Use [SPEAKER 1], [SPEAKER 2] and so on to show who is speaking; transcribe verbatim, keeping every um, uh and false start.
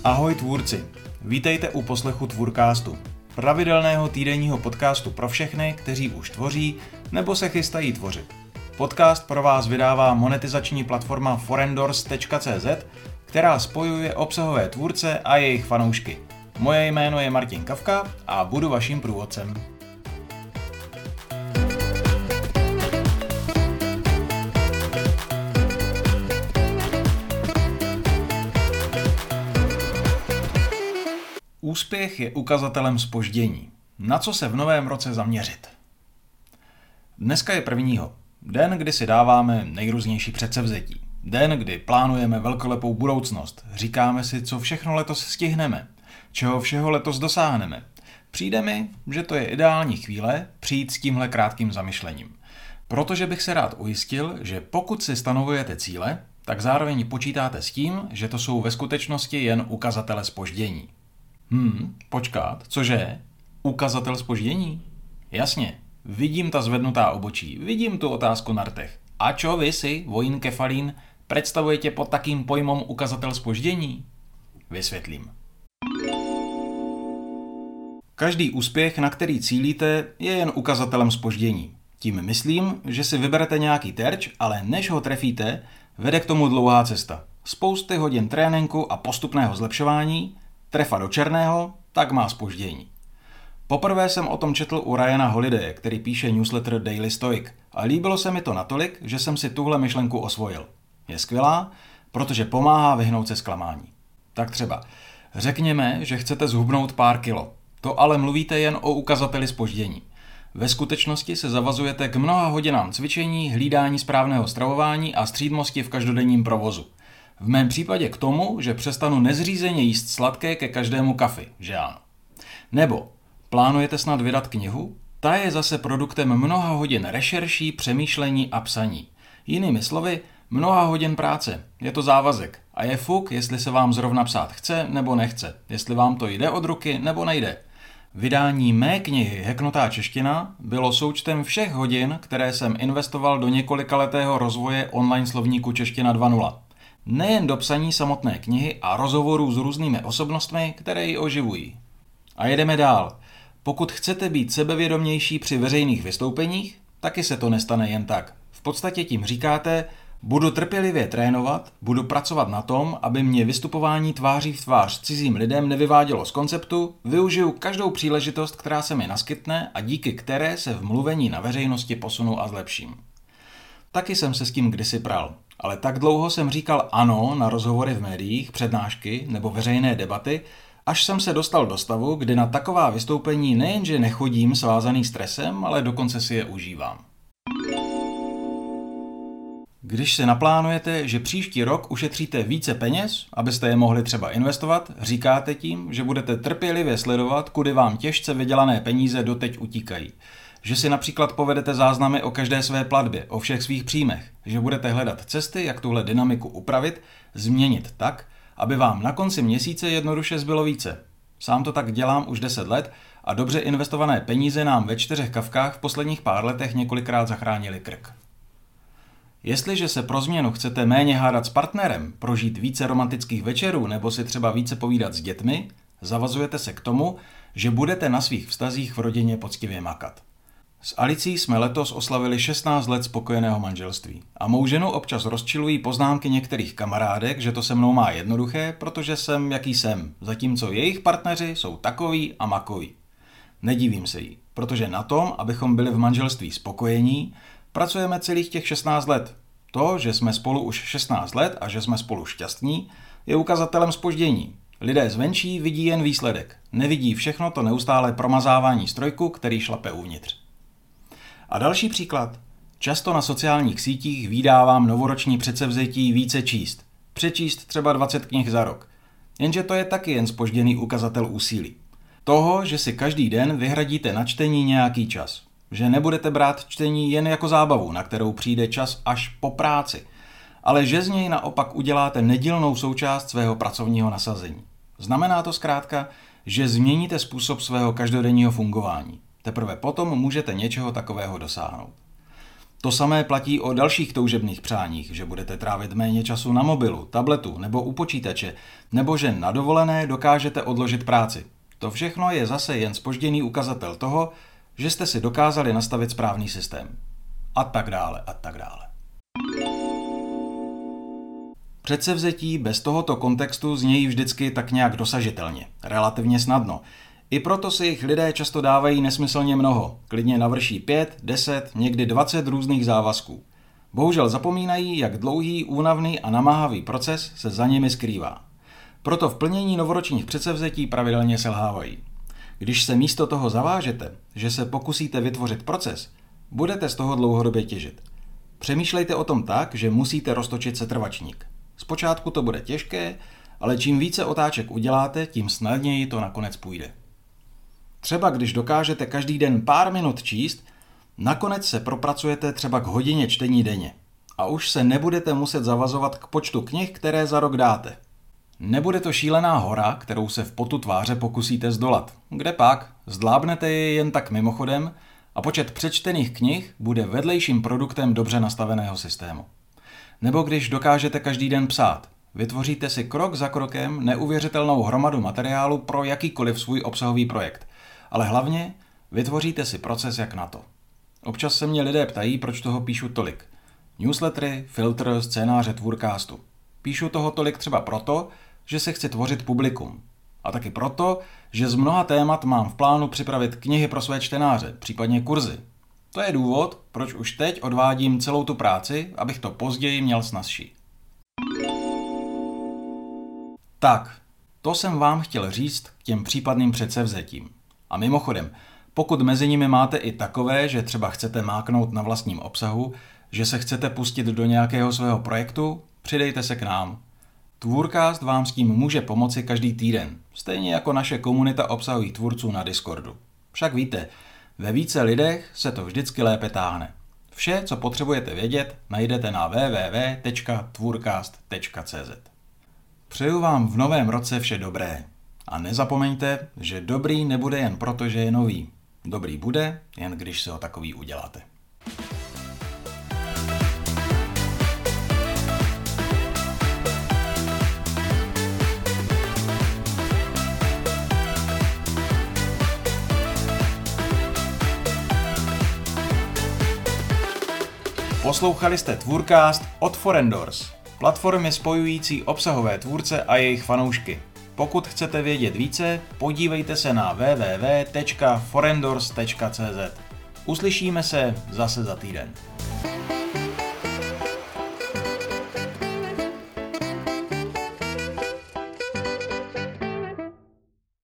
[SPEAKER 1] Ahoj tvůrci, vítejte u poslechu Tvůrkástu, pravidelného týdenního podcastu pro všechny, kteří už tvoří nebo se chystají tvořit. Podcast pro vás vydává monetizační platforma forendors tečka cé zet, která spojuje obsahové tvůrce a jejich fanoušky. Moje jméno je Martin Kavka a budu vaším průvodcem. Úspěch je ukazatelem zpoždění. Na co se v novém roce zaměřit? Dneska je prvního. Den, kdy si dáváme nejrůznější předsevzetí. Den, kdy plánujeme velkolepou budoucnost. Říkáme si, co všechno letos stihneme. Čeho všeho letos dosáhneme. Přijde mi, že to je ideální chvíle přijít s tímhle krátkým zamyšlením. Protože bych se rád ujistil, že pokud si stanovujete cíle, tak zároveň počítáte s tím, že to jsou ve skutečnosti jen ukazatele zpoždění. Hmm, počkat, cože? Ukazatel zpoždění? Jasně, vidím ta zvednutá obočí, vidím tu otázku na rtech. A čo vy si, vojín Kefalín, představujete pod takým pojmom ukazatel zpoždění? Vysvětlím. Každý úspěch, na který cílíte, je jen ukazatelem zpoždění. Tím myslím, že si vyberete nějaký terč, ale než ho trefíte, vede k tomu dlouhá cesta. Spousty hodin tréninku a postupného zlepšování, trefa do černého, tak má zpoždění. Poprvé jsem o tom četl u Ryana Holidaye, který píše newsletter Daily Stoic, a líbilo se mi to natolik, že jsem si tuhle myšlenku osvojil. Je skvělá, protože pomáhá vyhnout se zklamání. Tak třeba, řekněme, že chcete zhubnout pár kilo. To ale mluvíte jen o ukazateli zpoždění. Ve skutečnosti se zavazujete k mnoha hodinám cvičení, hlídání správného stravování a střídmosti v každodenním provozu. V mém případě k tomu, že přestanu nezřízeně jíst sladké ke každému kafi, že ano. Nebo plánujete snad vydat knihu? Ta je zase produktem mnoha hodin rešerší, přemýšlení a psaní. Jinými slovy, mnoha hodin práce. Je to závazek. A je fuk, jestli se vám zrovna psát chce nebo nechce. Jestli vám to jde od ruky nebo nejde. Vydání mé knihy Hacknutá čeština bylo součtem všech hodin, které jsem investoval do několikaletého rozvoje online slovníku Čeština dva tečka nula. Nejen do psaní samotné knihy a rozhovorů s různými osobnostmi, které ji oživují. A jedeme dál. Pokud chcete být sebevědomější při veřejných vystoupeních, taky se to nestane jen tak. V podstatě tím říkáte, budu trpělivě trénovat, budu pracovat na tom, aby mě vystupování tváří v tvář cizím lidem nevyvádělo z konceptu, využiju každou příležitost, která se mi naskytne a díky které se v mluvení na veřejnosti posunu a zlepším. Taky jsem se s tím kdysi pral, ale tak dlouho jsem říkal ano na rozhovory v médiích, přednášky nebo veřejné debaty, až jsem se dostal do stavu, kdy na taková vystoupení nejenže nechodím svázaný stresem, ale dokonce si je užívám. Když si naplánujete, že příští rok ušetříte více peněz, abyste je mohli třeba investovat, říkáte tím, že budete trpělivě sledovat, kudy vám těžce vydělané peníze doteď utíkají. Že si například povedete záznamy o každé své platbě, o všech svých příjmech, že budete hledat cesty, jak tuhle dynamiku upravit, změnit tak, aby vám na konci měsíce jednoduše zbylo více. Sám to tak dělám už deset let a dobře investované peníze nám ve čtyřech kavkách v posledních pár letech několikrát zachránili krk. Jestliže se pro změnu chcete méně hádat s partnerem, prožít více romantických večerů nebo si třeba více povídat s dětmi, zavazujete se k tomu, že budete na svých vztazích v rodině poctivě makat. S Alicí jsme letos oslavili šestnáct let spokojeného manželství a mou ženu občas rozčilují poznámky některých kamarádek, že to se mnou má jednoduché, protože jsem jaký jsem, zatímco jejich partneři jsou takový a makoví. Nedivím se jí, protože na tom, abychom byli v manželství spokojení, pracujeme celých těch šestnáct let. To, že jsme spolu už šestnáct let a že jsme spolu šťastní, je ukazatelem zpoždění. Lidé zvenčí vidí jen výsledek, nevidí všechno to neustále promazávání strojku, který šlape uvnitř. A další příklad. Často na sociálních sítích vídávám novoroční předsevzetí více číst. Přečíst třeba dvacet knih za rok. Jenže to je taky jen zpožděný ukazatel úsilí. Toho, že si každý den vyhradíte na čtení nějaký čas. Že nebudete brát čtení jen jako zábavu, na kterou přijde čas až po práci. Ale že z něj naopak uděláte nedílnou součást svého pracovního nasazení. Znamená to zkrátka, že změníte způsob svého každodenního fungování. Teprve potom můžete něčeho takového dosáhnout. To samé platí o dalších toužebných přáních, že budete trávit méně času na mobilu, tabletu nebo u počítače, nebo že na dovolené dokážete odložit práci. To všechno je zase jen zpožděný ukazatel toho, že jste si dokázali nastavit správný systém. A tak dále, a tak dále. Předsevzetí bez tohoto kontextu znějí vždycky tak nějak dosažitelně, relativně snadno. I proto si jich lidé často dávají nesmyslně mnoho, klidně navrší pět, deset, někdy dvacet různých závazků. Bohužel zapomínají, jak dlouhý, únavný a namáhavý proces se za nimi skrývá. Proto v plnění novoročních předsevzetí pravidelně selhávají. Když se místo toho zavážete, že se pokusíte vytvořit proces, budete z toho dlouhodobě těžit. Přemýšlejte o tom tak, že musíte roztočit setrvačník. Zpočátku to bude těžké, ale čím více otáček uděláte, tím snadněji to nakonec půjde. Třeba když dokážete každý den pár minut číst, nakonec se propracujete třeba k hodině čtení denně. A už se nebudete muset zavazovat k počtu knih, které za rok dáte. Nebude to šílená hora, kterou se v potu tváře pokusíte zdolat. Kde pak? Zdlábnete je jen tak mimochodem a počet přečtených knih bude vedlejším produktem dobře nastaveného systému. Nebo když dokážete každý den psát, vytvoříte si krok za krokem neuvěřitelnou hromadu materiálu pro jakýkoliv svůj obsahový projekt. Ale hlavně vytvoříte si proces jak na to. Občas se mě lidé ptají, proč toho píšu tolik. Newslettery, filtr, scénáře Tvůrcastu. Píšu toho tolik třeba proto, že se chci tvořit publikum. A taky proto, že z mnoha témat mám v plánu připravit knihy pro své čtenáře, případně kurzy. To je důvod, proč už teď odvádím celou tu práci, abych to později měl snazší. Tak, to jsem vám chtěl říct k těm případným předsevzetím. A mimochodem, pokud mezi nimi máte i takové, že třeba chcete máknout na vlastním obsahu, že se chcete pustit do nějakého svého projektu, přidejte se k nám. Tvůrcast vám s tím může pomoci každý týden, stejně jako naše komunita obsahových tvůrců na Discordu. Však víte, ve více lidech se to vždycky lépe táhne. Vše, co potřebujete vědět, najdete na w w w tečka tvůrcast tečka c z. Přeju vám v novém roce vše dobré. A nezapomeňte, že dobrý nebude jen proto, že je nový. Dobrý bude, jen když se ho takový uděláte. Poslouchali jste Tvůrcast od Forendors, platformy spojující obsahové tvůrce a jejich fanoušky. Pokud chcete vědět více, podívejte se na w w w tečka forendors tečka c z. Uslyšíme se zase za týden.